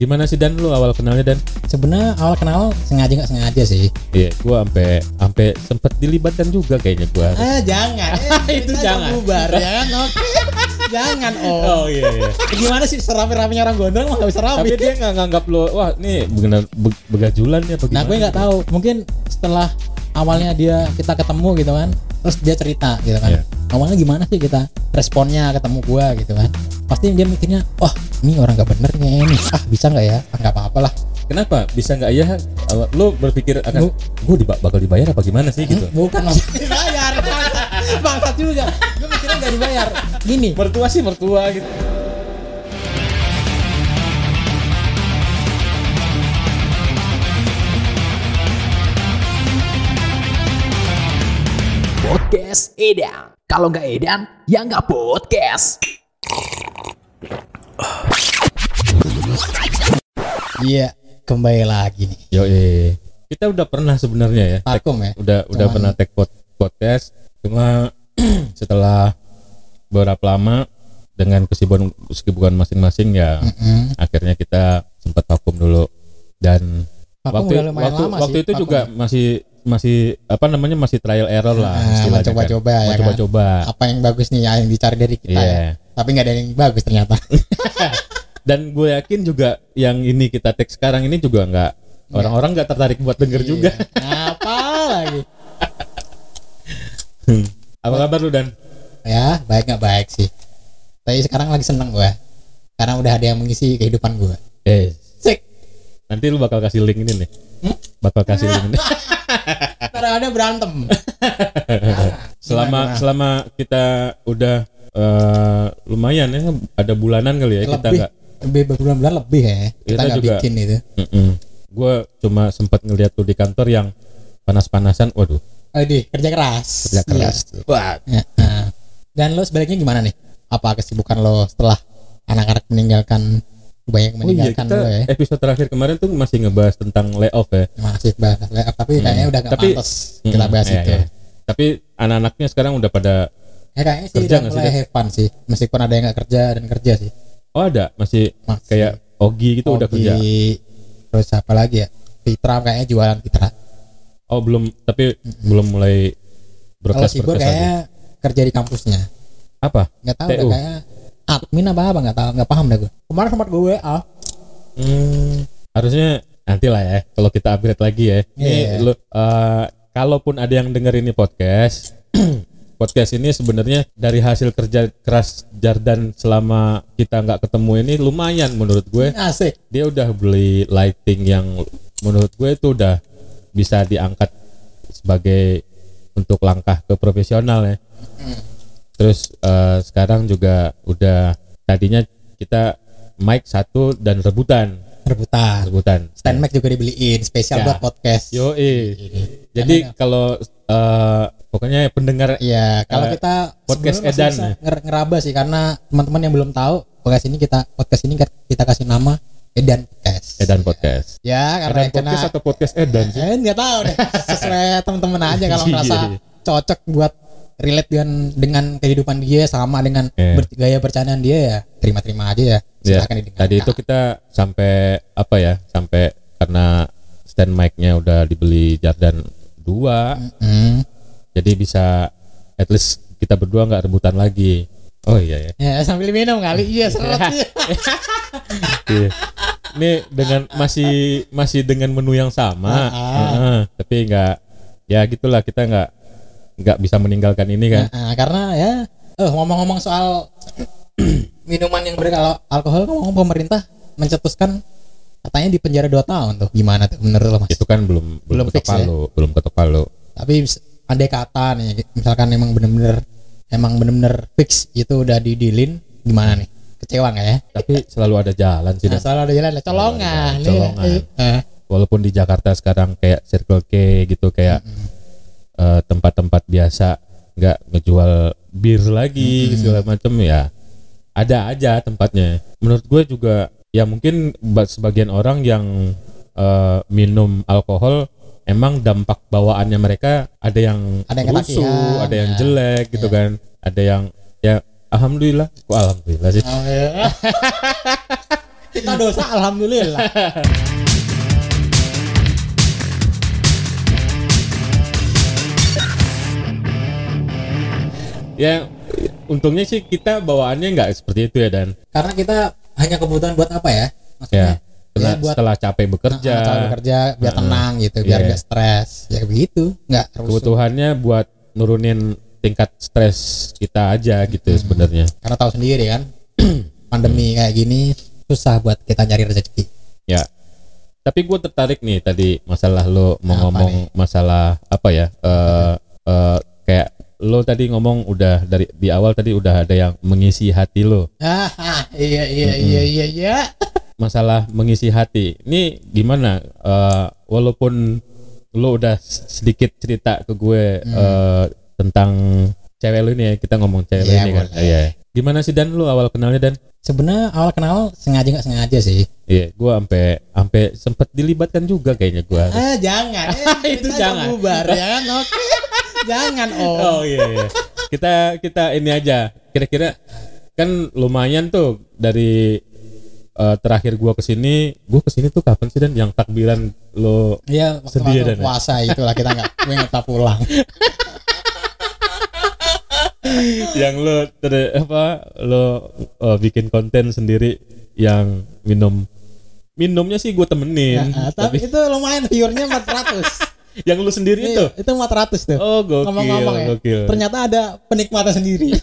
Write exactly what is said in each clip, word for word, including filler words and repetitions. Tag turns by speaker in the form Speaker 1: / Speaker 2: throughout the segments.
Speaker 1: Gimana sih Dan, lu awal kenalnya Dan?
Speaker 2: Sebenarnya awal kenal sengaja nggak sengaja sih.
Speaker 1: Iya, gua sampai sampai sempet dilibatkan juga kayaknya gua.
Speaker 2: Ah jangan, eh,
Speaker 1: Itu jangan.
Speaker 2: Bubar ya kan? Oke. Jangan om.
Speaker 1: Oh iya iya.
Speaker 2: Gimana sih serami-raminya orang gondrong mah nggak bisa rame.
Speaker 1: Tapi dia nggak nganggap lu, wah ini benar be- begajulan ya apa gimana?
Speaker 2: Nah gue nggak tahu. Mungkin setelah awalnya dia kita ketemu gitu kan, terus dia cerita gitu kan.
Speaker 1: Yeah.
Speaker 2: Awalnya gimana sih kita responnya ketemu gua gitu kan? Pasti dia mikirnya, wah ini orang nggak bener nih ini. Ah bisa nggak ya? Ah, nggak apa-apa lah.
Speaker 1: Kenapa? Bisa nggak ya? Lu berpikir akan gue diba- bakal dibayar apa gimana sih gitu?
Speaker 2: Bukan maksudnya dibayar. Bangsat juga. Gue mikirnya nggak dibayar. Gini.
Speaker 1: Mertua sih mertua gitu.
Speaker 3: Podcast Edan. Kalau nggak Edan, ya nggak podcast.
Speaker 2: Iya, kembali lagi nih.
Speaker 1: Yo eh, kita udah pernah sebenarnya ya.
Speaker 2: Takum ya.
Speaker 1: Udah udah
Speaker 2: Cuman-
Speaker 1: pernah take pod- podcast. Cuma setelah beberapa lama dengan kesibukan kesibukan masing-masing ya,
Speaker 2: Mm-mm.
Speaker 1: akhirnya kita sempat vakum dulu. Dan
Speaker 2: Vakum
Speaker 1: waktu
Speaker 2: udah lumayan
Speaker 1: waktu,
Speaker 2: lama
Speaker 1: waktu
Speaker 2: sih,
Speaker 1: itu
Speaker 2: vakum.
Speaker 1: juga masih masih apa namanya masih trial error lah
Speaker 2: Ah,
Speaker 1: istilahnya kan.
Speaker 2: coba-coba ya
Speaker 1: Mau
Speaker 2: kan?
Speaker 1: coba-coba.
Speaker 2: Apa yang bagus nih yang dicari dari kita
Speaker 1: Iya.
Speaker 2: ya. Tapi nggak ada yang bagus ternyata.
Speaker 1: Dan gue yakin juga yang ini kita take sekarang ini juga nggak orang-orang nggak tertarik buat denger juga.
Speaker 2: Iya. Apa lagi?
Speaker 1: Apa kabar lu Dan?
Speaker 2: Ya, baik nggak baik sih. Tapi sekarang lagi seneng gue. Karena udah ada yang mengisi kehidupan gue.
Speaker 1: Eh,
Speaker 2: Sik.
Speaker 1: nanti lu bakal kasih link ini nih.
Speaker 2: Hmm?
Speaker 1: Bakal kasih link ini.
Speaker 2: Ntar ada berantem.
Speaker 1: selama
Speaker 2: Gimana?
Speaker 1: selama kita udah eh, lumayan ya, ada bulanan kali ya kita
Speaker 2: lebih,
Speaker 1: nggak.
Speaker 2: lebih berbulan-bulan lebih ya. Kita
Speaker 1: Kita
Speaker 2: nggak
Speaker 1: juga.
Speaker 2: bikin itu.
Speaker 1: Gue cuma sempat ngeliat tuh di kantor yang panas-panasan. Waduh,
Speaker 2: Oh di kerja keras.
Speaker 1: kerja keras.
Speaker 2: Iya. Wah. Ya, nah. Dan lo sebaliknya gimana nih? Apa kesibukan lo setelah anak-anak meninggalkan banyak
Speaker 1: Oh iya,
Speaker 2: meninggalkan
Speaker 1: kita
Speaker 2: lo ya?
Speaker 1: episode terakhir kemarin tuh masih ngebahas tentang layoff ya.
Speaker 2: Masih bahas layoff, tapi
Speaker 1: Hmm.
Speaker 2: kayaknya udah nggak
Speaker 1: Tapi-
Speaker 2: pantas kita bahas
Speaker 1: Iya,
Speaker 2: itu.
Speaker 1: iya. Tapi anak-anaknya sekarang udah pada.
Speaker 2: Ya kayaknya sih
Speaker 1: Kerja
Speaker 2: udah
Speaker 1: nggak sih,
Speaker 2: mulai
Speaker 1: Dan?
Speaker 2: have fun sih. Meskipun ada yang nggak kerja dan kerja sih.
Speaker 1: Oh ada masih,
Speaker 2: Masih.
Speaker 1: kayak Ogi gitu udah
Speaker 2: Ogi,
Speaker 1: kerja.
Speaker 2: Terus apa lagi ya? Fitra kayaknya jualan Fitra.
Speaker 1: Oh belum, tapi belum mulai
Speaker 2: Kalau
Speaker 1: broadcast
Speaker 2: si Bor
Speaker 1: broadcast lagi.
Speaker 2: kayaknya kerja di kampusnya.
Speaker 1: Apa?
Speaker 2: Nggak tahu
Speaker 1: T
Speaker 2: dah
Speaker 1: U.
Speaker 2: kayaknya admin apa apa nggak tahu, nggak paham dah gue. Kemarin sempat gue W A.
Speaker 1: Hmm, harusnya nanti lah ya kalau kita upgrade lagi ya. Ini
Speaker 2: Iya.
Speaker 1: lu, eh, kalaupun ada yang denger ini podcast, podcast ini sebenarnya dari hasil kerja keras Jardan selama kita nggak ketemu ini lumayan menurut gue.
Speaker 2: Asik.
Speaker 1: Dia udah beli lighting yang menurut gue itu udah bisa diangkat sebagai untuk langkah ke profesional ya. Terus eh, sekarang juga udah, tadinya kita mic satu dan rebutan,
Speaker 2: Rebutan.
Speaker 1: rebutan.
Speaker 2: Stand mic juga dibeliin spesial
Speaker 1: Ya.
Speaker 2: buat podcast.
Speaker 1: Yo
Speaker 2: Ini.
Speaker 1: Jadi
Speaker 2: Karena-
Speaker 1: kalau eh, pokoknya pendengar
Speaker 2: Iya, kalau
Speaker 1: Eh,
Speaker 2: kita
Speaker 1: podcast
Speaker 2: sebenarnya masih
Speaker 1: Edan
Speaker 2: bisa
Speaker 1: ya.
Speaker 2: nger- ngeraba sih, karena teman-teman yang belum tahu podcast ini kita podcast ini kita kasih nama Edan Podcast.
Speaker 1: Edan Podcast.
Speaker 2: Ya, karena
Speaker 1: Edan Podcast atau Podcast Edan sih?
Speaker 2: Eh, nggak tahu deh. Sesuai teman-teman aja kalau
Speaker 1: Iya,
Speaker 2: merasa
Speaker 1: iya.
Speaker 2: cocok buat relate dengan dengan kehidupan dia sama dengan
Speaker 1: Iya.
Speaker 2: ber- gaya bercandaan dia ya terima-terima aja ya.
Speaker 1: Ya,
Speaker 2: Silakan didengarkan.
Speaker 1: tadi itu kita sampai apa ya? Sampai karena stand mic-nya udah dibeli Jardan dua,
Speaker 2: Hmm.
Speaker 1: jadi bisa at least kita berdua nggak rebutan lagi. Oh iya ya.
Speaker 2: Ya sambil minum kali. Iya, seret sih.
Speaker 1: Iya. Ini dengan masih masih dengan menu yang sama,
Speaker 2: Ah.
Speaker 1: Heeh, tapi nggak, ya gitulah, kita nggak nggak bisa meninggalkan ini kan.
Speaker 2: Nah, karena ya eh ngomong-ngomong soal minuman yang beralkohol, ngomong pemerintah mencetuskan katanya di penjara dua tahun tuh. Gimana tuh menurut lo, Mas?
Speaker 1: Itu kan belum belum
Speaker 2: Belum
Speaker 1: ketok
Speaker 2: fix ya?
Speaker 1: palu, belum ketok palu.
Speaker 2: Tapi andai kata nih misalkan emang bener-bener emang bener-bener fix itu udah didilin, gimana nih? Kecewa nggak ya?
Speaker 1: Tapi selalu ada jalan sih.
Speaker 2: Nah,
Speaker 1: Dan.
Speaker 2: soal ada jalan lah, colongan.
Speaker 1: Ada colongan.
Speaker 2: Eh, eh.
Speaker 1: Walaupun di Jakarta sekarang kayak Circle K gitu, kayak eh, tempat-tempat biasa nggak ngejual bir lagi segala macam, ya ada aja tempatnya. Menurut gue juga ya mungkin buat sebagian orang yang eh, minum alkohol, emang dampak bawaannya mereka ada yang
Speaker 2: Ada yang
Speaker 1: rusuh,
Speaker 2: ketagihan,
Speaker 1: ada yang
Speaker 2: ya.
Speaker 1: jelek gitu
Speaker 2: Ya.
Speaker 1: kan, ada yang ya alhamdulillah, kok alhamdulillah sih.
Speaker 2: Oh, iya. Kita dosa alhamdulillah.
Speaker 1: Ya untungnya sih kita bawaannya nggak seperti itu ya Dan.
Speaker 2: Karena kita hanya kebutuhan buat apa ya? Maksudnya
Speaker 1: Ya. Setelah,
Speaker 2: ya buat
Speaker 1: setelah capek bekerja,
Speaker 2: Nah, capek bekerja biar tenang gitu, biar
Speaker 1: Iya.
Speaker 2: nggak stres. Ya begitu, nggak rusuh.
Speaker 1: kebutuhannya buat nurunin tingkat stres kita aja gitu sebenarnya.
Speaker 2: Karena tahu sendiri kan, pandemi kayak gini susah buat kita nyari rezeki.
Speaker 1: Ya. Tapi gue tertarik nih tadi masalah lo mau
Speaker 2: Apa
Speaker 1: ngomong masalah apa ya? Eh eh, kayak lo tadi ngomong udah dari di awal tadi udah ada yang mengisi hati lo.
Speaker 2: Ah, ah, iya iya iya iya iya.
Speaker 1: Masalah mengisi hati. Ini gimana? Eh, walaupun lo udah sedikit cerita ke gue eh, tentang cewek lo ini ya, kita ngomong cewek lo
Speaker 2: Iya,
Speaker 1: ini kan.
Speaker 2: boleh.
Speaker 1: Iya. Gimana sih Dan lo awal kenalnya Dan?
Speaker 2: Sebenarnya awal kenal sengaja nggak sengaja sih.
Speaker 1: Iya, gue sampai sampai sempet dilibatkan juga kayaknya gue.
Speaker 2: Ah jangan, eh,
Speaker 1: Itu
Speaker 2: kita
Speaker 1: jangan.
Speaker 2: bubar ya kan? Oke, jangan om.
Speaker 1: Oh iya iya. Kita kita ini aja. Kira-kira kan lumayan tuh dari eh, terakhir gua kesini, gua kesini tuh kapan sih Dan yang takbiran lo
Speaker 2: Iya, waktu
Speaker 1: Sedih ya,
Speaker 2: waktu
Speaker 1: Dan, ya?
Speaker 2: puasa itulah kita nggak, gue nggak tak pulang.
Speaker 1: yang lo ter, apa lo eh, bikin konten sendiri yang minum minumnya sih gue
Speaker 2: Ya,
Speaker 1: temenin,
Speaker 2: ah, tapi itu lumayan viewernya empat ratus.
Speaker 1: yang lu sendiri itu.
Speaker 2: Iya, itu empat ratus tuh.
Speaker 1: Oh gokil,
Speaker 2: Ngomong-ngomong ya,
Speaker 1: gokil.
Speaker 2: ternyata ada penikmatnya sendiri.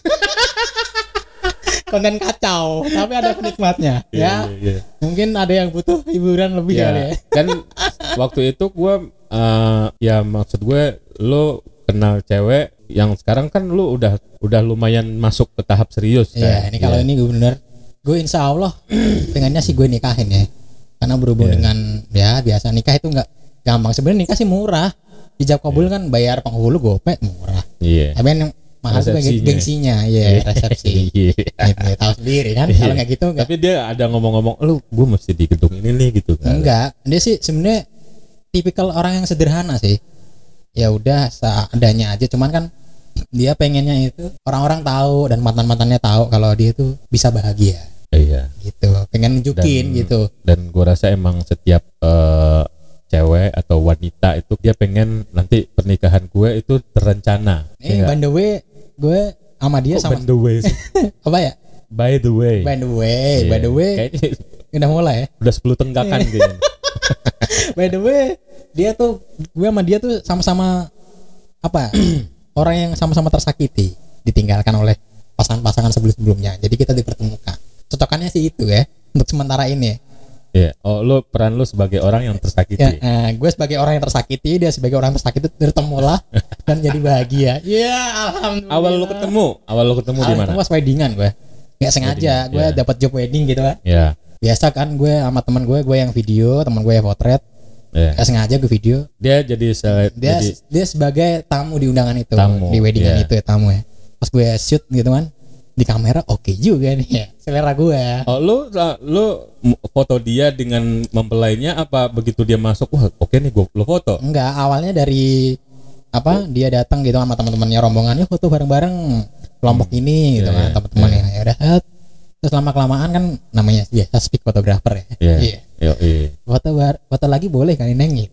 Speaker 2: Konten kacau, tapi ada penikmatnya.
Speaker 1: Iya,
Speaker 2: Ya,
Speaker 1: iya, iya.
Speaker 2: mungkin ada yang butuh hiburan lebih
Speaker 1: Ya,
Speaker 2: kali ya.
Speaker 1: kan waktu itu gue eh, ya maksud gue lo kenal cewek yang sekarang kan lo udah udah lumayan masuk ke tahap serius kan.
Speaker 2: Iya, ini kalau
Speaker 1: Iya.
Speaker 2: ini gue bener, gue insya Allah pengennya sih gue nikahin ya, karena berhubung
Speaker 1: Iya.
Speaker 2: dengan ya biasa nikah itu nggak gampang. Sebenarnya nikah sih murah, ijab kabul kan bayar penghulu gope murah.
Speaker 1: Iya.
Speaker 2: Tapi yang mahal tuh
Speaker 1: Resepsinya.
Speaker 2: gengsinya, ya resepsi.
Speaker 1: Iya.
Speaker 2: Gitu, ya, tahu sendiri kan,
Speaker 1: Iya.
Speaker 2: kalau nggak gitu nggak.
Speaker 1: Tapi dia ada ngomong-ngomong, lu gue mesti di gedung ini nih gitu kan.
Speaker 2: Enggak, dia sih sebenarnya tipikal orang yang sederhana sih. Ya udah seadanya aja, cuman kan dia pengennya itu orang-orang tahu dan mantan-mantannya tahu kalau dia itu bisa bahagia
Speaker 1: Iya.
Speaker 2: gitu. Pengen nunjukin
Speaker 1: Dan-
Speaker 2: gitu.
Speaker 1: Dan gue rasa emang setiap eh, cewek atau wanita itu dia pengen nanti pernikahan gue itu terencana.
Speaker 2: Eh,
Speaker 1: Ya
Speaker 2: by
Speaker 1: nggak?
Speaker 2: the way, gue sama dia
Speaker 1: Kok
Speaker 2: sama
Speaker 1: by the way sih?
Speaker 2: apa ya?
Speaker 1: By the way.
Speaker 2: By the way,
Speaker 1: Iya.
Speaker 2: by the way,
Speaker 1: Kayaknya
Speaker 2: udah mulai ya.
Speaker 1: udah sepuluh tenggakan kayaknya.
Speaker 2: By the way, dia tuh gue sama dia tuh sama-sama apa? Orang yang sama-sama tersakiti, ditinggalkan oleh pasangan-pasangan sebelum-sebelumnya. Jadi kita dipertemukan. Cocokannya sih itu ya untuk sementara ini.
Speaker 1: Iya. Oh, lu peran lu sebagai orang yang tersakiti.
Speaker 2: Ya, eh, gue sebagai orang yang tersakiti, dia sebagai orang yang tersakiti bertemulah dan jadi bahagia. Iya, alhamdulillah.
Speaker 1: Awal lu ketemu, awal lu ketemu di mana?
Speaker 2: Awal pas weddingan gue. Nggak sengaja,
Speaker 1: Wedding,
Speaker 2: gue
Speaker 1: ya.
Speaker 2: dapat job wedding gitu kan.
Speaker 1: Ya.
Speaker 2: Biasa kan gue sama teman gue, gue yang video, teman gue yang potret.
Speaker 1: Ya.
Speaker 2: Nggak sengaja gue video.
Speaker 1: Dia jadi se-
Speaker 2: Dia
Speaker 1: jadi
Speaker 2: dia sebagai tamu di undangan itu,
Speaker 1: Tamu,
Speaker 2: di weddingan
Speaker 1: iya.
Speaker 2: itu ya tamu ya. Pas gue shoot gitu kan, di kamera oke juga nih ya, selera gue.
Speaker 1: Oh, lu lu m- foto dia dengan mempelainya apa begitu dia masuk wah oke nih gua lu foto.
Speaker 2: Enggak, awalnya dari apa dia datang gitu sama teman-temannya rombongannya foto bareng-bareng kelompok ini gitu
Speaker 1: Iya,
Speaker 2: kan
Speaker 1: iya,
Speaker 2: teman-temannya ya udah set. Terus lama kelamaan kan namanya biasa speak fotografer ya.
Speaker 1: Iya.
Speaker 2: Iya.
Speaker 1: Yo, iya.
Speaker 2: Foto bar, foto lagi boleh kan Neng gitu.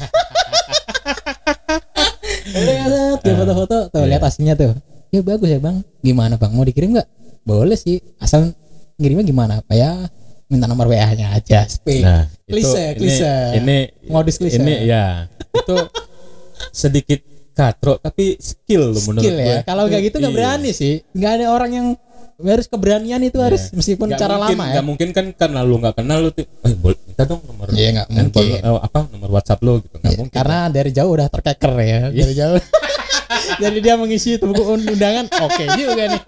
Speaker 2: Udah set, dia foto-foto tuh
Speaker 1: Iya.
Speaker 2: lihat hasilnya tuh. Ya bagus ya Bang. Gimana Bang? Mau dikirim enggak? Boleh sih. Asal ngirimnya gimana? Apa ya? Minta nomor W A-nya aja. Speak.
Speaker 1: Nah, itu
Speaker 2: klise,
Speaker 1: ini,
Speaker 2: klise.
Speaker 1: Ini
Speaker 2: Modus klise.
Speaker 1: Ini ya. Itu sedikit katro tapi skill loh menurut
Speaker 2: Skill
Speaker 1: gue.
Speaker 2: ya. Kalau nggak gitu nggak
Speaker 1: Iya.
Speaker 2: berani sih. Nggak ada orang yang harus keberanian itu harus
Speaker 1: Iya.
Speaker 2: meskipun
Speaker 1: Nggak
Speaker 2: cara
Speaker 1: mungkin,
Speaker 2: lama ya.
Speaker 1: nggak mungkin kan karena lu nggak kenal lu tuh eh boleh minta dong nomor
Speaker 2: Iya, nggak
Speaker 1: handphone
Speaker 2: mungkin.
Speaker 1: lu, eh, apa nomor WhatsApp lu gitu nggak
Speaker 2: Ya,
Speaker 1: mungkin.
Speaker 2: karena dari jauh udah terkeker ya. Dari jauh. Jadi dia mengisi itu buku undangan. Oke juga nih.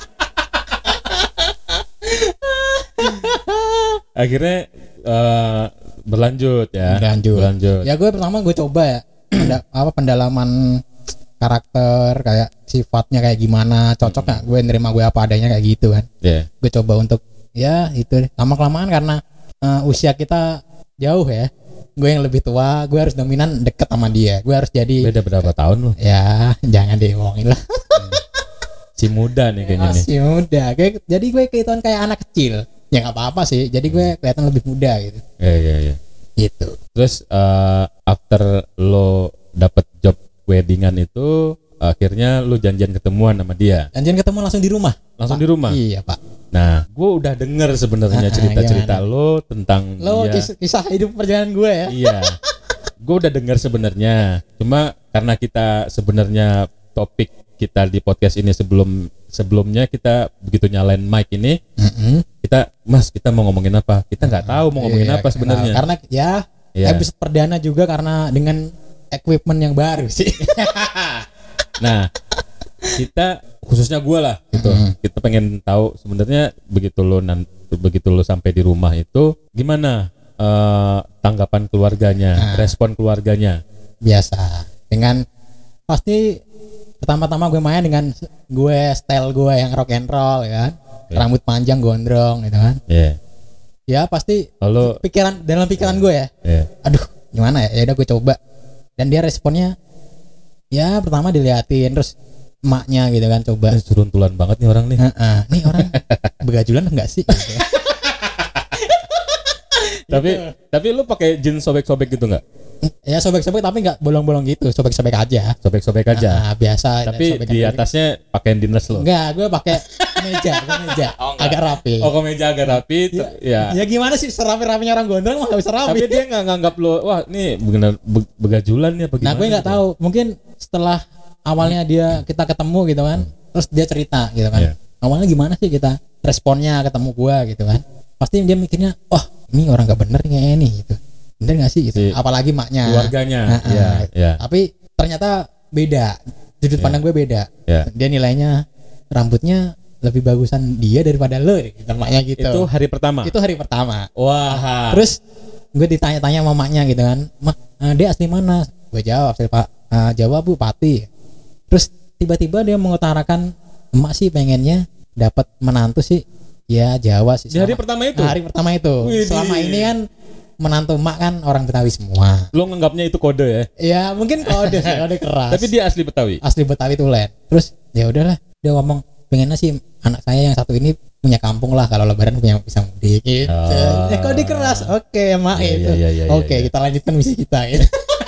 Speaker 1: Akhirnya eh, berlanjut ya.
Speaker 2: Berlanjut.
Speaker 1: Berlanjut.
Speaker 2: Ya gue pertama gue coba ya. Penda- apa pendalaman karakter kayak sifatnya kayak gimana, cocok nggak gue nerima gue apa adanya kayak gitu kan.
Speaker 1: Iya.
Speaker 2: Gue coba untuk ya itu deh. Lama kelamaan karena eh, usia kita jauh ya. Gue yang lebih tua, gue harus dominan deket sama dia. Gue harus jadi
Speaker 1: Beda berapa tahun lu?
Speaker 2: ya jangan diomongin lah.
Speaker 1: Si muda nih kayaknya nih.
Speaker 2: Masih muda. Kayak, jadi gue kehituan kayak anak kecil. ya nggak apa-apa sih. Jadi gue kelihatan lebih muda gitu.
Speaker 1: Iya iya iya.
Speaker 2: Gitu.
Speaker 1: Terus uh, after lo dapet job weddingan itu akhirnya lo janjian ketemuan sama dia.
Speaker 2: Janjian ketemu langsung di rumah.
Speaker 1: Langsung
Speaker 2: Pak.
Speaker 1: di rumah.
Speaker 2: Iya pak.
Speaker 1: Nah, gue udah denger sebenarnya
Speaker 2: Ah,
Speaker 1: cerita-cerita
Speaker 2: gimana?
Speaker 1: lo tentang
Speaker 2: Lo
Speaker 1: dia.
Speaker 2: kisah, kisah hidup perjalanan gue ya.
Speaker 1: Iya. Gue udah denger sebenarnya. Cuma karena kita sebenarnya topik kita di podcast ini sebelum sebelumnya kita begitu nyalain mic ini,
Speaker 2: Mm-mm.
Speaker 1: kita Mas kita mau ngomongin apa? Kita nggak tahu mau ngomongin
Speaker 2: Iya,
Speaker 1: apa sebenarnya.
Speaker 2: Karena ya
Speaker 1: Iya.
Speaker 2: episode perdana juga karena dengan equipment yang baru sih.
Speaker 1: Nah, kita khususnya gue lah gitu. Kita pengen tahu sebenarnya begitu lo nanti begitu lo sampai di rumah itu gimana eh, tanggapan keluarganya,
Speaker 2: Nah.
Speaker 1: respon keluarganya.
Speaker 2: Biasa. Dengan pasti pertama-tama gue main dengan gue style gue yang rock and roll ya kan.
Speaker 1: Iya.
Speaker 2: Rambut panjang gondrong gitu kan.
Speaker 1: Iya.
Speaker 2: Ya pasti
Speaker 1: Lalu
Speaker 2: pikiran dalam pikiran gue ya.
Speaker 1: iya.
Speaker 2: Aduh, gimana ya? Ya udah gue coba. Dan dia responnya ya pertama diliatin terus emaknya gitu kan coba.
Speaker 1: Eh, suruntulan banget nih orang nih.
Speaker 2: Heeh, nih orang begajulan enggak sih? Gitu.
Speaker 1: Tapi tapi lu pakai jeans sobek-sobek gitu nggak?
Speaker 2: Ya sobek-sobek tapi enggak bolong-bolong gitu, sobek-sobek aja.
Speaker 1: Sobek-sobek aja.
Speaker 2: Nah, biasa.
Speaker 1: Tapi
Speaker 2: sobekan
Speaker 1: di
Speaker 2: gitu.
Speaker 1: atasnya pakaian dinas lo.
Speaker 2: Enggak, gue pakai meja, gue meja,
Speaker 1: Oh, enggak.
Speaker 2: agak rapi.
Speaker 1: Oh, kemeja agak rapi,
Speaker 2: Ya,
Speaker 1: t- ya.
Speaker 2: ya gimana sih serapi-rapinya orang gondrong mah enggak bisa rapi.
Speaker 1: Tapi dia nggak nganggap lo, wah ini benar be- begajulan nih apa gimana?
Speaker 2: Nah, gue nggak
Speaker 1: gitu.
Speaker 2: tahu. Mungkin setelah awalnya dia kita ketemu gitu kan, terus dia cerita gitu kan.
Speaker 1: Iya.
Speaker 2: Awalnya gimana sih kita responnya ketemu gua gitu kan? Pasti dia mikirnya, wah ini orang nggak bener nih kayaknya nih gitu. Bener nggak sih? Gitu.
Speaker 1: Si
Speaker 2: Apalagi maknya.
Speaker 1: keluarganya.
Speaker 2: Nah,
Speaker 1: Iya,
Speaker 2: ah.
Speaker 1: iya.
Speaker 2: Tapi ternyata beda. Sudut pandang gue beda.
Speaker 1: Iya.
Speaker 2: Dia nilainya rambutnya lebih bagusan dia daripada lo, gitu, maknya gitu.
Speaker 1: Itu hari pertama.
Speaker 2: Itu hari pertama.
Speaker 1: Wah.
Speaker 2: Terus gue ditanya-tanya sama maknya gitu kan, "Mak, eh, dia asli mana?" Gue jawab, "Asli Pak eh, Jawa Bu, Pati." Terus tiba-tiba dia mengutarakan, "Emak sih pengennya dapat menantu sih ya Jawa sih."
Speaker 1: Di hari
Speaker 2: Selama-
Speaker 1: pertama itu?
Speaker 2: Hari pertama itu.
Speaker 1: Widih.
Speaker 2: Selama ini kan menantu emak kan orang Betawi semua.
Speaker 1: Lo nganggapnya itu kode ya?
Speaker 2: Ya mungkin kode sih, kode keras.
Speaker 1: Tapi dia asli Betawi.
Speaker 2: asli Betawi tulen. Terus ya udahlah, dia ngomong pengennya sih anak saya yang satu ini punya kampung lah, kalau lebaran punya bisa mudik gitu.
Speaker 1: Oh.
Speaker 2: Eh kode keras. Oke, emak
Speaker 1: Iya,
Speaker 2: itu.
Speaker 1: iya, iya, iya,
Speaker 2: Oke,
Speaker 1: iya.
Speaker 2: kita lanjutkan misi kita gitu.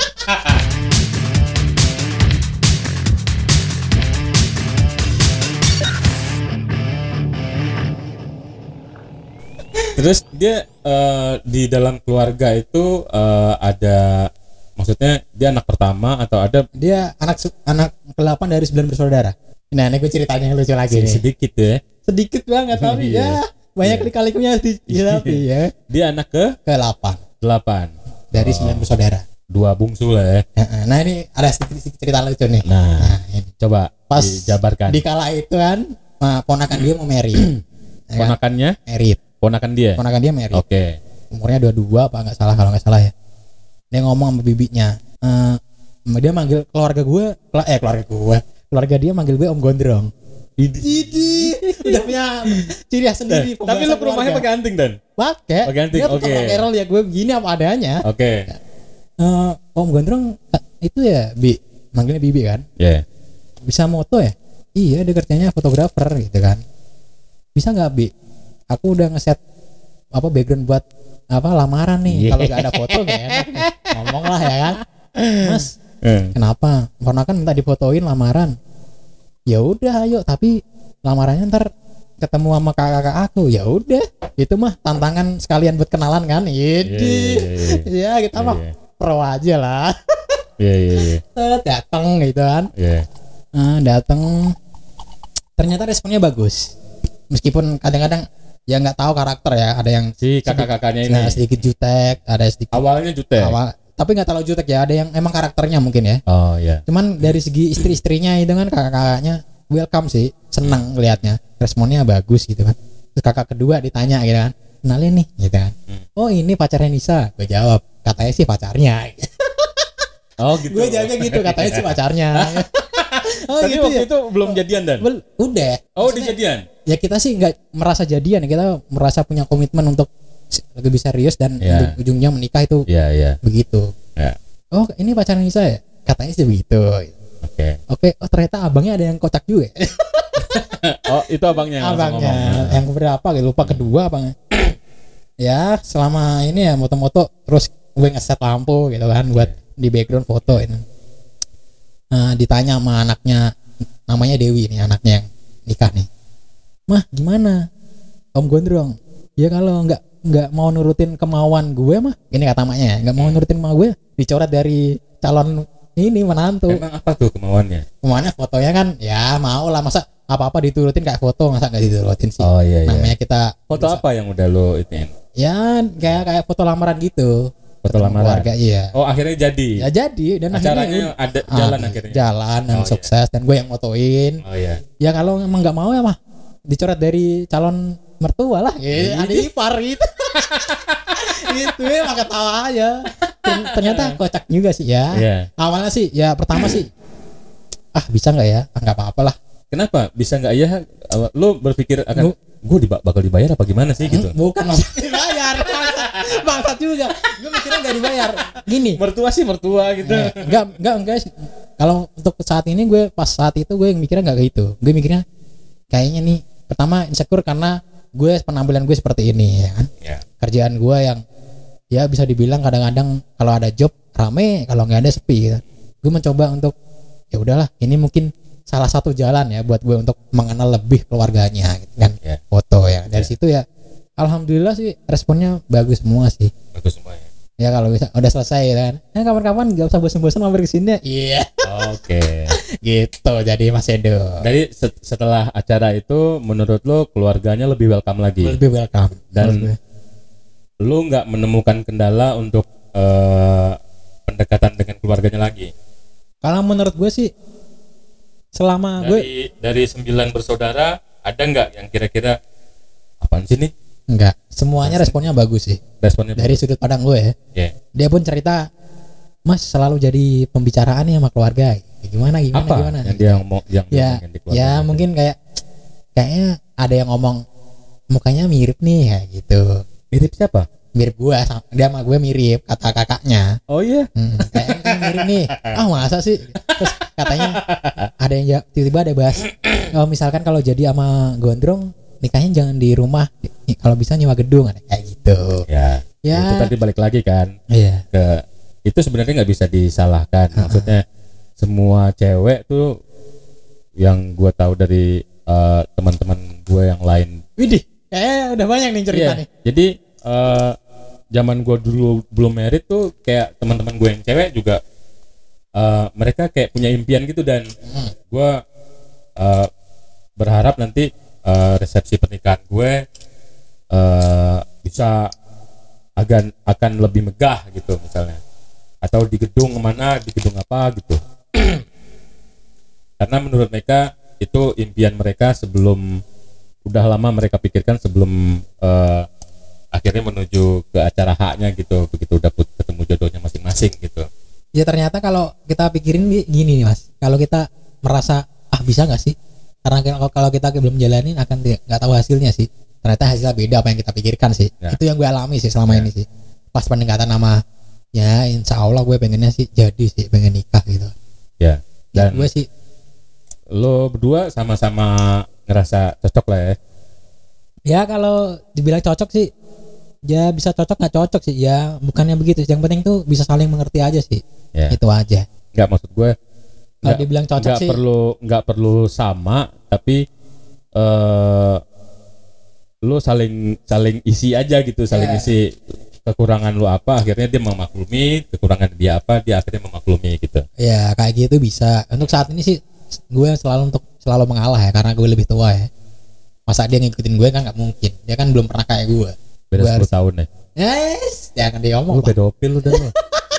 Speaker 1: Terus dia eh, di dalam keluarga itu eh, ada, maksudnya dia anak pertama atau ada
Speaker 2: Dia anak su- anak kedelapan dari sembilan bersaudara. Nah, ini gue ceritanya yang lucu lagi nih.
Speaker 1: sedikit ya?
Speaker 2: Sedikit banget tapi
Speaker 1: Iya.
Speaker 2: ya banyak
Speaker 1: Iya.
Speaker 2: lika-likunya harus dijelapi ya.
Speaker 1: Dia anak ke
Speaker 2: Ke delapan
Speaker 1: delapan.
Speaker 2: dari
Speaker 1: Oh.
Speaker 2: sembilan bersaudara.
Speaker 1: Dua bungsu lah ya.
Speaker 2: Nah, ini ada sedikit cerita lucu nih.
Speaker 1: Nah,
Speaker 2: Nah, ini.
Speaker 1: coba
Speaker 2: Pas
Speaker 1: dijabarkan.
Speaker 2: di kala itu kan uh, ponakan dia mau marry. Ya kan?
Speaker 1: Ponakannya,
Speaker 2: Merit.
Speaker 1: ponakan dia.
Speaker 2: Ponakan dia merit.
Speaker 1: Oke.
Speaker 2: Umurnya dua puluh dua apa nggak salah, kalau nggak salah ya. Dia ngomong sama bibinya. Eh dia manggil keluarga gue, kela- eh keluarga gue, keluarga dia manggil gue Om Gondrong. Idi, udah punya ciri khas sendiri.
Speaker 1: Eh, Tapi lu ke rumahnya pakai anting dan?
Speaker 2: pakai.
Speaker 1: Pakai anting,
Speaker 2: Dia tuh
Speaker 1: oke.
Speaker 2: pakai roll ya, gue begini apa adanya.
Speaker 1: Oke.
Speaker 2: Eh, Om Gondrong eh, itu ya Bi, manggilnya Bibi kan.
Speaker 1: Ya.
Speaker 2: Bisa moto ya? Iya, dia kerjanya fotografer gitu kan. Bisa nggak Bi? Aku udah ngeset apa background buat apa lamaran nih.
Speaker 1: Yeah.
Speaker 2: Kalau nggak ada foto nggak enak nih. Ngomong lah ya kan. Mas,
Speaker 1: Eh.
Speaker 2: kenapa? Karena kan minta difotoin lamaran. Ya udah, ayo. Tapi lamarannya ntar ketemu sama kakak-kakak aku. Ya udah, itu mah tantangan sekalian buat kenalan kan. Ini,
Speaker 1: Iya, iya, iya.
Speaker 2: ya kita
Speaker 1: Iya,
Speaker 2: mah
Speaker 1: iya.
Speaker 2: pro aja lah.
Speaker 1: Iya, iya, iya.
Speaker 2: Datang gitu kan.
Speaker 1: Iya.
Speaker 2: Nah, datang ternyata responnya bagus. Meskipun kadang-kadang ya nggak tahu karakter ya, ada yang
Speaker 1: Si kakak-kakaknya ini.
Speaker 2: nah, sedikit jutek, ada sedikit
Speaker 1: Awalnya jutek.
Speaker 2: awal, tapi nggak terlalu jutek ya, ada yang emang karakternya mungkin ya.
Speaker 1: Oh iya.
Speaker 2: Cuman dari segi istri-istrinya itu kan kakak-kakaknya welcome sih, senang ngelihatnya, responnya bagus gitu kan. Terus kakak kedua ditanya gitu kan, kenalin nih gitu kan.
Speaker 1: Hmm.
Speaker 2: Oh ini pacarnya Nisa, gue jawab, katanya sih pacarnya.
Speaker 1: Oh gitu.
Speaker 2: Gue jawabnya gitu, katanya sih pacarnya. Oh
Speaker 1: Tapi
Speaker 2: gitu
Speaker 1: waktu
Speaker 2: ya.
Speaker 1: itu belum jadian dan.
Speaker 2: Bel- udah.
Speaker 1: Oh udah
Speaker 2: Maksudnya,
Speaker 1: jadian.
Speaker 2: ya kita sih nggak merasa jadian, kita merasa punya komitmen untuk se- lebih serius dan
Speaker 1: Ya.
Speaker 2: ujung- ujungnya menikah itu
Speaker 1: Iya iya.
Speaker 2: begitu.
Speaker 1: Ya.
Speaker 2: Oh ini pacarnya Nisa ya, katanya sih begitu.
Speaker 1: Oke.
Speaker 2: Oke, oh ternyata abangnya ada yang kocak juga.
Speaker 1: Oh itu abangnya. yang langsung
Speaker 2: abangnya
Speaker 1: ngomong.
Speaker 2: yang berapa gitu, lupa kedua abangnya. Ya selama ini ya moto-moto terus gue ngeset lampu gitu kan buat di background foto ini. Nah, ditanya sama anaknya, namanya Dewi nih anaknya yang nikah nih. Mah gimana? Om Gondrong. Ya kalau nggak nggak mau nurutin kemauan gue mah, ini kata maknya ya, nggak mau nurutin kemauan gue, dicoret dari calon ini menantu.
Speaker 1: Emang apa tuh kemauannya?
Speaker 2: Kemauannya fotonya kan ya mau lah, masa apa-apa diturutin kayak foto, masa nggak diturutin sih.
Speaker 1: Oh iya iya.
Speaker 2: Namanya kita
Speaker 1: Foto apa yang udah lo ituin?
Speaker 2: ya kayak kayak foto lamaran gitu.
Speaker 1: Foto
Speaker 2: Ketemu
Speaker 1: lamaran.
Speaker 2: keluarga, iya.
Speaker 1: Oh akhirnya jadi.
Speaker 2: Ya jadi dan
Speaker 1: Acaranya
Speaker 2: akhirnya
Speaker 1: ada
Speaker 2: ah,
Speaker 1: jalan akhirnya.
Speaker 2: jalan dan
Speaker 1: Oh,
Speaker 2: sukses dan gue yang motoin.
Speaker 1: Oh iya.
Speaker 2: Ya kalau emang nggak mau ya mah dicoret dari calon mertua lah. Ya, ada ipar gitu. Gitu ya maka tawa aja. Dan ternyata kocak juga sih ya.
Speaker 1: Iya.
Speaker 2: Awalnya sih ya pertama sih ah bisa nggak ya? Ah, nggak apa-apa lah.
Speaker 1: Kenapa bisa nggak ya? Lo berpikir akan
Speaker 2: Bu-
Speaker 1: gue diba- bakal dibayar apa gimana sih gitu?
Speaker 2: Bukan maksudnya dibayar. Bangsat juga. Gue mikirnya nggak dibayar. Gini.
Speaker 1: Mertua sih mertua gitu.
Speaker 2: Eh, enggak enggak enggak sih. Kalau untuk saat ini gue pas saat itu gue mikirnya nggak kayak gitu. Gue mikirnya kayaknya nih pertama insecure karena gue penampilan gue seperti ini ya kan.
Speaker 1: Ya.
Speaker 2: Kerjaan gue yang ya bisa dibilang kadang-kadang kalau ada job rame, kalau nggak ada sepi gitu. Gue mencoba untuk ya udahlah ini mungkin salah satu jalan ya buat gue untuk mengenal lebih keluarganya gitu kan.
Speaker 1: Ya.
Speaker 2: Foto ya. Dari situ ya alhamdulillah sih responnya bagus semua sih.
Speaker 1: Bagus semua ya.
Speaker 2: Ya kalau bisa udah selesai ya kan. Nah kapan-kapan gak usah bosan-bosan mampir ke sini. Iya.
Speaker 1: Oke.
Speaker 2: Gitu jadi Mas Edo.
Speaker 1: Dari set- setelah acara itu menurut lo keluarganya lebih welcome lagi
Speaker 2: Lebih welcome.
Speaker 1: dan
Speaker 2: Menurut gue.
Speaker 1: lo nggak menemukan kendala untuk eh, pendekatan dengan keluarganya lagi.
Speaker 2: Kalau menurut gue sih selama gue
Speaker 1: Dari dari sembilan bersaudara ada nggak yang kira-kira apaan sih nih
Speaker 2: enggak, semuanya responnya bagus sih.
Speaker 1: responnya?
Speaker 2: Dari sudut pandang gue ya.
Speaker 1: Ya.
Speaker 2: Dia pun cerita, Mas selalu jadi pembicaraan nih sama keluarga. Ya, gimana gimana
Speaker 1: Apa
Speaker 2: gimana.
Speaker 1: yang dia ngomong yang dia
Speaker 2: ya
Speaker 1: ngomongin di keluarga?
Speaker 2: ya mungkin kayak kayaknya ada yang ngomong mukanya mirip nih ya gitu.
Speaker 1: Mirip siapa?
Speaker 2: Mirip gue, dia sama gue mirip kata kakaknya.
Speaker 1: Oh iya.
Speaker 2: Hmm, kayaknya mirip nih. Ah masa sih? Terus katanya ada yang ja- tiba-tiba ada bahas oh, misalkan kalau jadi sama Gondrong nikahnya jangan di rumah, kalau bisa nyewa gedung ada kayak gitu.
Speaker 1: Ya.
Speaker 2: Ya.
Speaker 1: Itu tadi balik lagi kan
Speaker 2: Iya.
Speaker 1: ke itu sebenarnya nggak bisa disalahkan. Maksudnya semua cewek tuh yang gue tahu dari eh, teman-teman gue yang lain.
Speaker 2: Widih, kayaknya udah banyak nih cerita
Speaker 1: Iya.
Speaker 2: nih.
Speaker 1: Jadi eh, zaman gue dulu belum married tuh kayak teman-teman gue yang cewek juga eh, mereka kayak punya impian gitu dan gue eh, berharap nanti eh, resepsi pernikahan gue eh, bisa akan akan lebih megah gitu misalnya, atau di gedung mana, di gedung apa gitu. Karena menurut mereka itu impian mereka sebelum udah lama mereka pikirkan sebelum eh, akhirnya menuju ke acara haknya gitu, begitu udah put- ketemu jodohnya masing-masing gitu.
Speaker 2: Ya ternyata kalau kita pikirin bi- gini nih Mas, kalau kita merasa ah bisa nggak sih? Karena kalau kalau kita belum jalanin akan ti- nggak tahu hasilnya sih. Ternyata hasilnya beda apa yang kita pikirkan sih.
Speaker 1: Ya.
Speaker 2: Itu yang gue alami sih selama
Speaker 1: Ya.
Speaker 2: ini sih. Pas pendekatan nama ya insya Allah gue pengennya sih jadi sih pengen nikah gitu.
Speaker 1: Ya.
Speaker 2: Ya,
Speaker 1: Dan
Speaker 2: gue sih
Speaker 1: lo berdua sama-sama ngerasa cocok lah ya.
Speaker 2: ya kalau dibilang cocok sih ya bisa cocok nggak cocok sih ya bukannya begitu. Yang penting tuh bisa saling mengerti aja sih.
Speaker 1: Ya.
Speaker 2: Itu aja.
Speaker 1: Nggak, maksud gue
Speaker 2: Kalau
Speaker 1: nggak
Speaker 2: dibilang cocok
Speaker 1: nggak
Speaker 2: sih
Speaker 1: perlu nggak perlu sama, tapi eh lo saling saling isi aja gitu, saling
Speaker 2: Ya.
Speaker 1: isi kekurangan lo apa, akhirnya dia memaklumi kekurangan dia apa, dia akhirnya memaklumi gitu.
Speaker 2: ya kayak gitu bisa. Untuk saat ini sih gue selalu untuk selalu mengalah ya karena gue lebih tua ya. Masa dia ngikutin gue kan nggak mungkin. Dia kan belum pernah kayak gue.
Speaker 1: Beda
Speaker 2: Gue
Speaker 1: sepuluh
Speaker 2: harus-
Speaker 1: tahun ya.
Speaker 2: Yes, jangan diomong.
Speaker 1: Lu pedofil udah lo.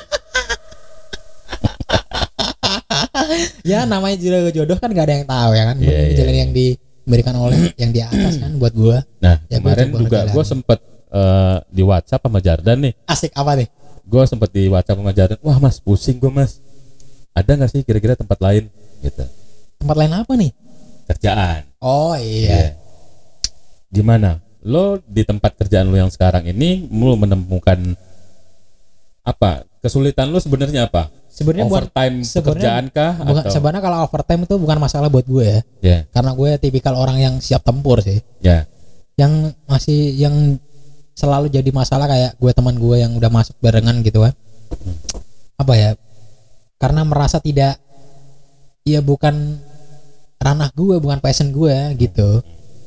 Speaker 2: Ya namanya jodoh jodoh kan gak ada yang tahu ya kan.
Speaker 1: Iya,
Speaker 2: Mungkin
Speaker 1: iya,
Speaker 2: jalan
Speaker 1: iya.
Speaker 2: yang diberikan oleh yang di atas kan buat gue.
Speaker 1: Nah,
Speaker 2: Ya, gue
Speaker 1: kemarin
Speaker 2: coba
Speaker 1: juga
Speaker 2: ngejalanin.
Speaker 1: gue sempet eh, di WhatsApp sama Jardan nih.
Speaker 2: Asik apa nih?
Speaker 1: Gue sempet di WhatsApp sama Jardan. Wah mas, pusing gue mas. Ada nggak sih kira-kira tempat lain? Gitu.
Speaker 2: Tempat lain apa nih?
Speaker 1: Kerjaan.
Speaker 2: Oh iya.
Speaker 1: Gimana? Lo di tempat kerjaan lo yang sekarang ini, lo menemukan apa? Kesulitan lo sebenarnya apa?
Speaker 2: Sebenarnya buat
Speaker 1: Overtime pekerjaan kah?
Speaker 2: bukan,
Speaker 1: Atau?
Speaker 2: sebenarnya kalau overtime itu bukan masalah buat gue ya.
Speaker 1: Ya,
Speaker 2: Karena gue tipikal orang yang siap tempur sih.
Speaker 1: ya,
Speaker 2: Yang masih yang selalu jadi masalah kayak gue teman gue yang udah masuk barengan gitu kan. Apa ya? Karena merasa tidak, ya bukan ranah gue, bukan passion gue gitu.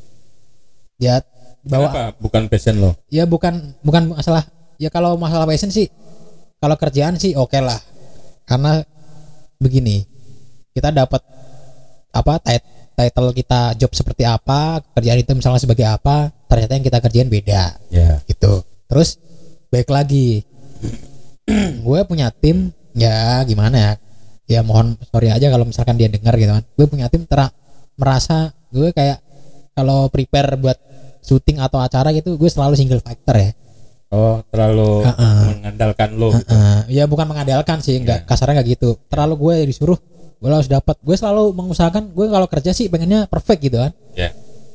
Speaker 2: Ya bawa.
Speaker 1: Kenapa bukan passion lo?
Speaker 2: Ya bukan bukan masalah. Ya kalau masalah passion sih, kalau kerjaan sih oke lah. Karena begini, kita dapat apa tit- title kita job seperti apa, kerjaan itu misalnya sebagai apa, ternyata yang kita kerjain beda.
Speaker 1: Ya.
Speaker 2: Gitu. Terus baik lagi, gue punya tim, ya gimana ya? Ya mohon sorry aja kalau misalkan dia dengar gitu kan. Gue punya tim ter- merasa gue kayak kalau prepare buat syuting atau acara gitu, gue selalu single factor ya.
Speaker 1: Oh, terlalu
Speaker 2: Uh-uh.
Speaker 1: mengandalkan lo gitu.
Speaker 2: Uh-uh. Ya bukan mengandalkan sih, enggak
Speaker 1: Ya.
Speaker 2: kasarnya enggak gitu. Terlalu gue disuruh, gue harus dapat. Gue selalu mengusahakan, gue kalau kerja sih pengennya perfect gitu kan.
Speaker 1: Ya.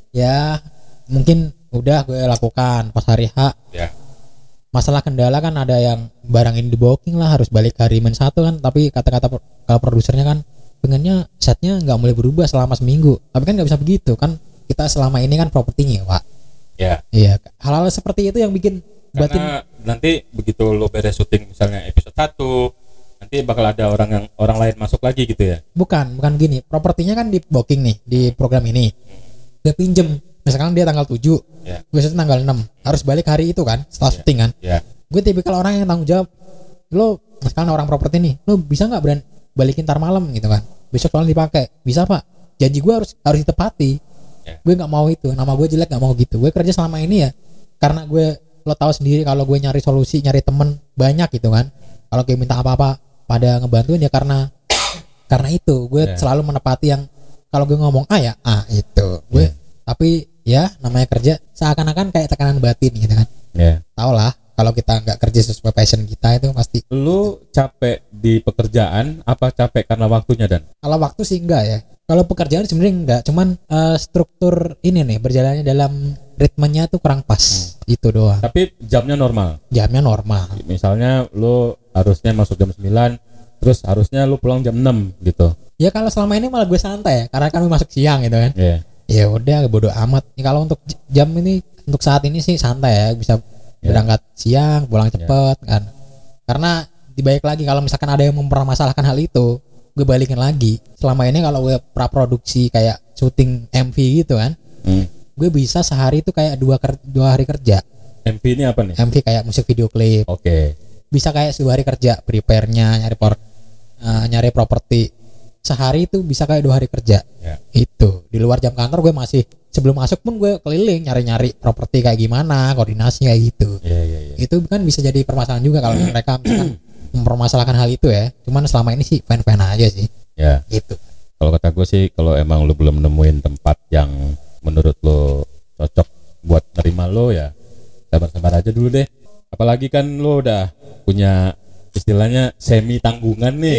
Speaker 2: Ya mungkin udah gue lakukan pas hari H.
Speaker 1: Ya.
Speaker 2: Masalah kendala kan ada yang barang ini di booking lah, harus balik hari min satu kan. Tapi kata-kata pro- kalau produsernya kan pengennya setnya nggak boleh berubah selama seminggu. Tapi kan nggak bisa begitu kan. Kita selama ini kan propertinya Pak.
Speaker 1: Ya.
Speaker 2: Iya. Hal-hal seperti itu yang bikin batin.
Speaker 1: Karena nanti begitu lo beres syuting misalnya episode satu, nanti bakal ada orang yang orang lain masuk lagi gitu ya.
Speaker 2: Bukan, bukan gini. Propertinya kan di booking nih di program ini. Dia pinjem. Misalkan dia tanggal tujuh,
Speaker 1: Ya.
Speaker 2: gue syuting tanggal enam. Harus balik hari itu kan setelah
Speaker 1: Ya.
Speaker 2: syuting kan.
Speaker 1: Ya.
Speaker 2: Gue tipikal orang yang tanggung jawab. Lo misalkan orang properti nih, lo bisa nggak berani balikin tar malam gitu kan? Besok soalnya dipakai. Bisa Pak. Janji gue harus harus ditepati.
Speaker 1: Ya.
Speaker 2: Gue nggak mau itu. Nama gue jelek, nggak mau gitu. Gue kerja selama ini ya karena gue, lo tahu sendiri kalau gue nyari solusi, nyari temen banyak gitu kan. Kalau gue minta apa-apa pada ngebantuin ya karena karena itu gue
Speaker 1: Ya.
Speaker 2: selalu menepati yang kalau gue ngomong A ya A itu. Gue
Speaker 1: Ya.
Speaker 2: tapi ya namanya kerja seakan-akan kayak tekanan batin gitu kan.
Speaker 1: Ya.
Speaker 2: Tau lah kalau kita nggak kerja sesuai passion kita itu pasti.
Speaker 1: Lu capek di pekerjaan apa capek karena waktunya Dan?
Speaker 2: Kalau waktu sih enggak ya. Kalau pekerjaan sebenarnya enggak, cuman eh, struktur ini nih berjalannya dalam ritmenya tuh kurang pas. Itu doang.
Speaker 1: Tapi jamnya normal.
Speaker 2: Jamnya normal.
Speaker 1: Misalnya lu harusnya masuk jam sembilan, terus harusnya lu pulang jam enam gitu.
Speaker 2: Ya kalau selama ini malah gue santai ya, karena kami masuk siang gitu kan.
Speaker 1: Iya.
Speaker 2: Ya udah bodo amat. Ya, kalau untuk j- jam ini untuk saat ini sih santai ya, bisa
Speaker 1: Ya.
Speaker 2: berangkat siang, pulang cepet kan. Karena dibalik lagi kalau misalkan ada yang mempermasalahkan hal itu, gue balikin lagi. Selama ini kalau gue praproduksi kayak syuting M V gitu kan,
Speaker 1: Hmm.
Speaker 2: gue bisa sehari itu kayak dua ker- dua hari kerja.
Speaker 1: M V ini apa nih?
Speaker 2: M V kayak musik video klip.
Speaker 1: Oke.
Speaker 2: Bisa kayak dua hari kerja, prepare-nya, nyari por eh, nyari properti. Sehari itu bisa kayak dua hari kerja.
Speaker 1: Ya.
Speaker 2: Itu di luar jam kantor gue masih sebelum masuk pun gue keliling nyari-nyari properti kayak gimana, koordinasi kayak gitu.
Speaker 1: Iya iya iya.
Speaker 2: Itu kan bisa jadi permasalahan juga kalau mereka misalkan mempermasalahkan hal itu ya. Cuman selama ini sih fan-fan aja sih.
Speaker 1: Ya.
Speaker 2: Gitu.
Speaker 1: Kalau kata gue sih kalau emang lu belum nemuin tempat yang menurut lu cocok buat nerima lo ya sabar-sabar aja dulu deh. Apalagi kan lu udah punya istilahnya semi tanggungan nih.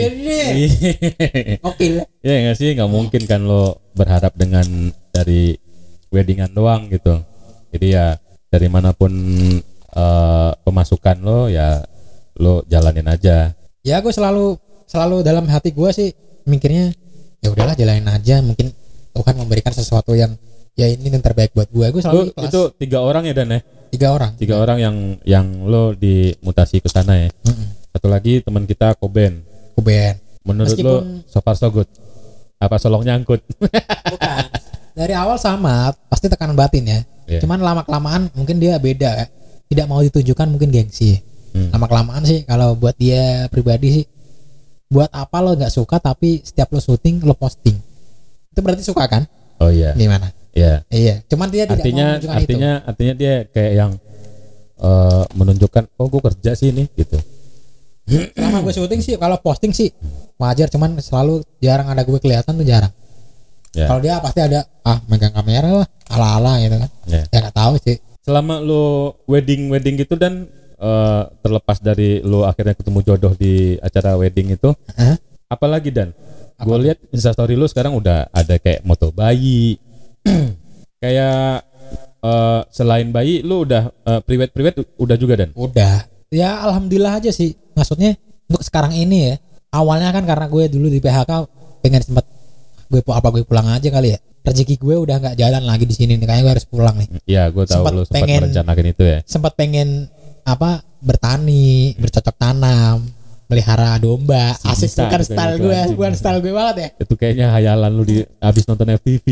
Speaker 2: Oke.
Speaker 1: Iya nggak sih, nggak mungkin kan lo berharap dengan dari weddingan doang gitu. Jadi ya dari manapun eh, pemasukan lo ya lo jalanin aja.
Speaker 2: Ya gue selalu selalu dalam hati gue sih mikirnya ya udahlah jalanin aja, mungkin Tuhan memberikan sesuatu yang ya ini yang terbaik buat gue. Gue
Speaker 1: Lo
Speaker 2: selalu ikhlas.
Speaker 1: itu tiga orang ya Dan ya?
Speaker 2: Tiga orang.
Speaker 1: Tiga orang yang yang lo dimutasi ke sana ya.
Speaker 2: Mm-mm.
Speaker 1: Satu lagi teman kita Koben.
Speaker 2: Kuben.
Speaker 1: Menurut lo
Speaker 2: Meskipun-
Speaker 1: so far so good? Apa solong nyangkut?
Speaker 2: Bukan. Dari awal sama, pasti tekanan batin ya.
Speaker 1: Iya.
Speaker 2: Cuman lama kelamaan mungkin dia beda ya. Tidak mau ditunjukkan mungkin gengsi.
Speaker 1: Hmm.
Speaker 2: Lama kelamaan sih kalau buat dia pribadi sih, buat apa lo nggak suka tapi setiap lo syuting lo posting, itu berarti suka kan?
Speaker 1: Oh iya.
Speaker 2: Gimana?
Speaker 1: Iya.
Speaker 2: Iya. Cuman dia tidak
Speaker 1: Artinya
Speaker 2: mau menunjukkan
Speaker 1: artinya artinya dia kayak yang eh, menunjukkan oh gue kerja sih ini gitu.
Speaker 2: itu. Selama gue syuting sih, kalau posting sih wajar. Cuman selalu jarang ada gue kelihatan tuh jarang.
Speaker 1: Ya.
Speaker 2: Kalau dia pasti ada ah megang kamera lah, ala-ala gitu kan.
Speaker 1: Ya.
Speaker 2: Ya nggak tahu sih.
Speaker 1: Selama lo wedding wedding gitu Dan eh, terlepas dari lo akhirnya ketemu jodoh di acara wedding itu,
Speaker 2: Hah?
Speaker 1: apalagi Dan? Gue lihat instastory lo sekarang udah ada kayak moto bayi, kayak eh, selain bayi lo udah eh, private private udah juga Dan?
Speaker 2: Udah. Ya alhamdulillah aja sih. Maksudnya untuk sekarang ini ya. Awalnya kan karena gue dulu di P H K pengen sempat gue pu- apa gue pulang aja kali ya. rezeki gue udah nggak jalan lagi di sini nih, kayaknya gue harus pulang nih.
Speaker 1: Iya, gue tahu
Speaker 2: Sempat
Speaker 1: lu sempat
Speaker 2: pengen-
Speaker 1: merencanakan itu ya.
Speaker 2: Sempat pengen apa bertani, bercocok tanam, melihara domba.
Speaker 1: Si
Speaker 2: Asik,
Speaker 1: bisa
Speaker 2: bukan
Speaker 1: gitu,
Speaker 2: style
Speaker 1: gitu,
Speaker 2: gue,
Speaker 1: anjing.
Speaker 2: bukan style gue banget ya.
Speaker 1: Itu kayaknya hayalan lu di abis nonton F T V.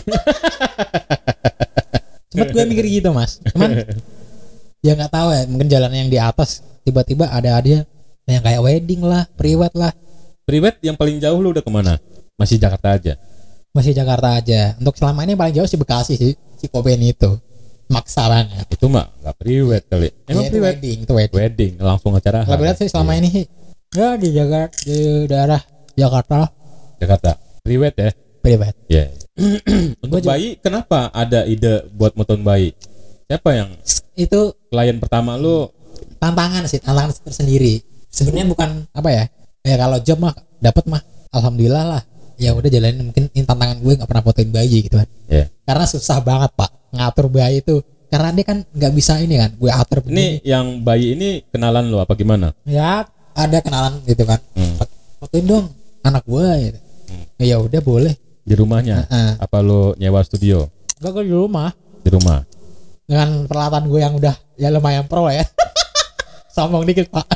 Speaker 2: Sempet gue mikir gitu mas, cuman ya nggak tahu ya, mungkin jalan yang di atas tiba-tiba ada dia yang kayak wedding lah, priwet lah.
Speaker 1: Priwet yang paling jauh lu udah kemana? Masih Jakarta aja.
Speaker 2: Masih Jakarta aja. Untuk selama ini yang paling jauh sih Bekasi sih, si Koben itu maksa banget.
Speaker 1: Itu mah nggak priwet kali. Emang
Speaker 2: Iya, itu
Speaker 1: priwet?
Speaker 2: wedding, itu wedding.
Speaker 1: Wedding langsung acara.
Speaker 2: Kalau lihat sih selama
Speaker 1: Iya.
Speaker 2: ini sih ya di Jakarta, di daerah Jakarta lah,
Speaker 1: Jakarta. Priwet ya.
Speaker 2: priwet.
Speaker 1: Ya. Untuk
Speaker 2: Gua juga-
Speaker 1: bayi, kenapa ada ide buat moton bayi? Siapa yang
Speaker 2: Itu
Speaker 1: klien pertama lu?
Speaker 2: tantangan sih, tantangan tersendiri. Sebenarnya bukan apa ya? Ya kalau job mah dapat mah alhamdulillah lah. Ya udah jalanin, mungkin ini tantangan gue nggak pernah fotoin bayi gitu kan.
Speaker 1: Ya.
Speaker 2: Karena susah banget pak ngatur bayi itu. Karena dia kan nggak bisa ini kan, gue atur
Speaker 1: Ini
Speaker 2: begini.
Speaker 1: yang bayi ini kenalan lu apa gimana?
Speaker 2: Ya ada kenalan gitu kan.
Speaker 1: Hmm.
Speaker 2: Fotoin dong anak gue gitu. Ya udah boleh.
Speaker 1: Di rumahnya?
Speaker 2: Heeh.
Speaker 1: Apa lu nyewa studio?
Speaker 2: Gue ke rumah
Speaker 1: Di rumah.
Speaker 2: dengan peralatan gue yang udah ya lumayan pro ya. Sombong dikit pak.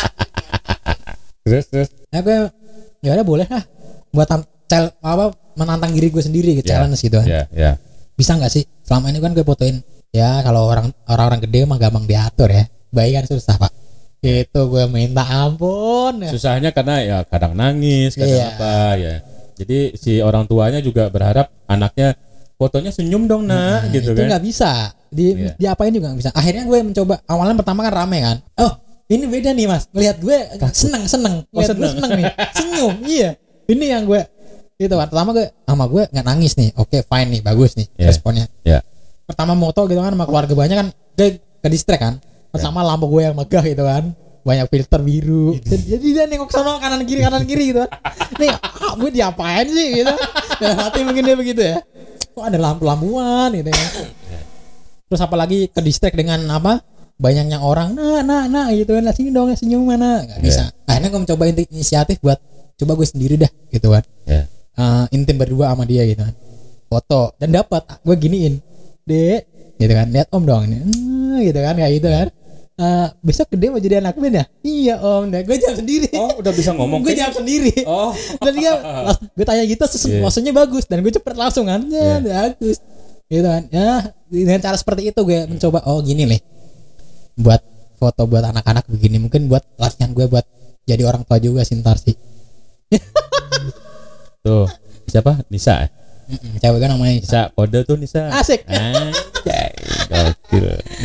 Speaker 1: Terus terus.
Speaker 2: Ya gue ya udah boleh lah buat tan- cel apa menantang diri gue sendiri gitu,
Speaker 1: Ya.
Speaker 2: challenge gitu kan.
Speaker 1: Ya ya.
Speaker 2: Bisa nggak sih selama ini kan gue fotoin ya, kalau orang orang-orang gede mah gampang diatur ya, bayi kan susah pak. Itu gue minta ampun ya.
Speaker 1: Susahnya karena ya kadang nangis, kadang
Speaker 2: Iya.
Speaker 1: apa ya. Jadi si orang tuanya juga berharap anaknya fotonya senyum dong nak,
Speaker 2: Nah,
Speaker 1: gitu
Speaker 2: itu
Speaker 1: kan.
Speaker 2: nggak bisa di
Speaker 1: Iya.
Speaker 2: diapain juga nggak bisa. Akhirnya gue mencoba, awalnya pertama kan rame kan, oh ini beda nih mas, ngelihat gue seneng seneng,
Speaker 1: Oh,
Speaker 2: ngelihat gue
Speaker 1: seneng.
Speaker 2: seneng nih, senyum. Iya, ini yang gue itu kan. Pertama gue sama gue nggak nangis nih, oke fine nih, bagus nih
Speaker 1: Iya.
Speaker 2: responnya.
Speaker 1: Ya.
Speaker 2: Pertama moto gitu kan sama keluarga banyak kan, gue ke distract kan. Pertama lampu gue yang megah gitu kan, banyak filter biru. Jadi jadi dia nengok sono kanan kiri kanan kiri gitu kan. Nih, ah, gue diapain sih gitu. Dalam hati mungkin dia begitu ya. Kok ada lampu-lampuan gitu ya. Terus apalagi ke distract dengan apa? Banyaknya orang, nah, nah, nah gitu kan. Sini dong, senyum mana? Gak bisa. Akhirnya gue mencoba inti- inisiatif buat coba gue sendiri dah gitu kan.
Speaker 1: Ya.
Speaker 2: Eh, intim berdua sama dia gitu kan. Foto dan dapat gue giniin. Dek, gitu kan. Lihat om dong ini. Hmm, gitu kan kayak gitu kan. Eh, besok gede mau jadi anak band ya? Iya om. Nah, gue jawab sendiri.
Speaker 1: Oh, udah bisa ngomong.
Speaker 2: gue
Speaker 1: kayak-
Speaker 2: jawab sendiri.
Speaker 1: Oh.
Speaker 2: Dan dia las- gue tanya gitu, terus
Speaker 1: Iya.
Speaker 2: maksudnya bagus dan gue cepet langsung kan. Ya,
Speaker 1: Iya.
Speaker 2: bagus. Gitu kan. Ya, dengan cara seperti itu gue mencoba, oh gini nih. Buat foto buat anak-anak begini, mungkin buat latihan gue buat jadi orang tua juga sih ntar sih.
Speaker 1: Tuh. Siapa? Nisa. ya?
Speaker 2: Mm-mm, cewek kan namanya Nisa.
Speaker 1: Nisa, kode tuh Nisa.
Speaker 2: Asik.
Speaker 1: Anjay, gokil.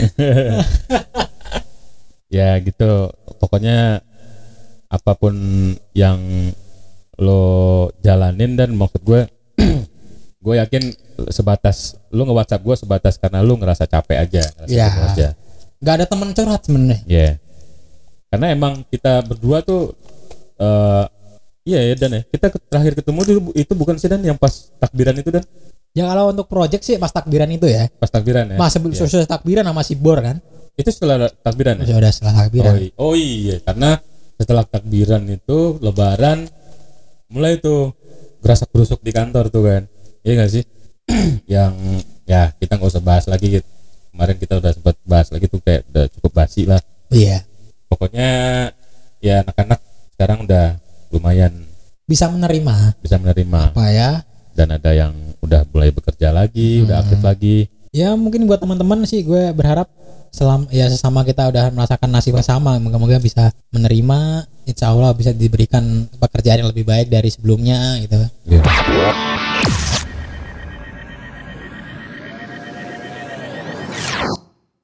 Speaker 1: Ya gitu. Pokoknya apapun yang lo jalanin, dan maksud gue gue yakin sebatas lu nge-WhatsApp gue sebatas karena lu ngerasa capek aja, ngerasa
Speaker 2: Ya.
Speaker 1: jenuh aja.
Speaker 2: Gak ada teman curhat sebenarnya.
Speaker 1: Ya. Karena emang kita berdua tuh eh iya ya Dan ya. Kita ke- terakhir ketemu itu, itu bukan sih Dan yang pas takbiran itu Dan?
Speaker 2: Ya kalau untuk project sih pas takbiran itu ya.
Speaker 1: Pas takbiran ya.
Speaker 2: Mas sebelum
Speaker 1: Ya.
Speaker 2: selesai takbiran sama si Bor kan.
Speaker 1: Itu setelah takbiran ya?
Speaker 2: Sudah setelah takbiran.
Speaker 1: Oh, i- oh iya, karena setelah takbiran itu lebaran mulai tuh gerasak-gerusuk di kantor tuh kan. Iya nggak sih? Yang ya kita nggak usah bahas lagi gitu. Kemarin kita udah sempat bahas lagi tuh, kayak udah cukup basi lah.
Speaker 2: Iya.
Speaker 1: Pokoknya ya anak-anak sekarang udah lumayan
Speaker 2: Bisa menerima
Speaker 1: bisa menerima,
Speaker 2: apa ya?
Speaker 1: dan ada yang udah mulai bekerja lagi, udah aktif lagi.
Speaker 2: Ya mungkin buat teman-teman sih gue berharap selam ya sesama kita udah merasakan nasib yang sama, moga-moga bisa menerima, insya Allah bisa diberikan pekerjaan yang lebih baik dari sebelumnya gitu.
Speaker 1: Iya.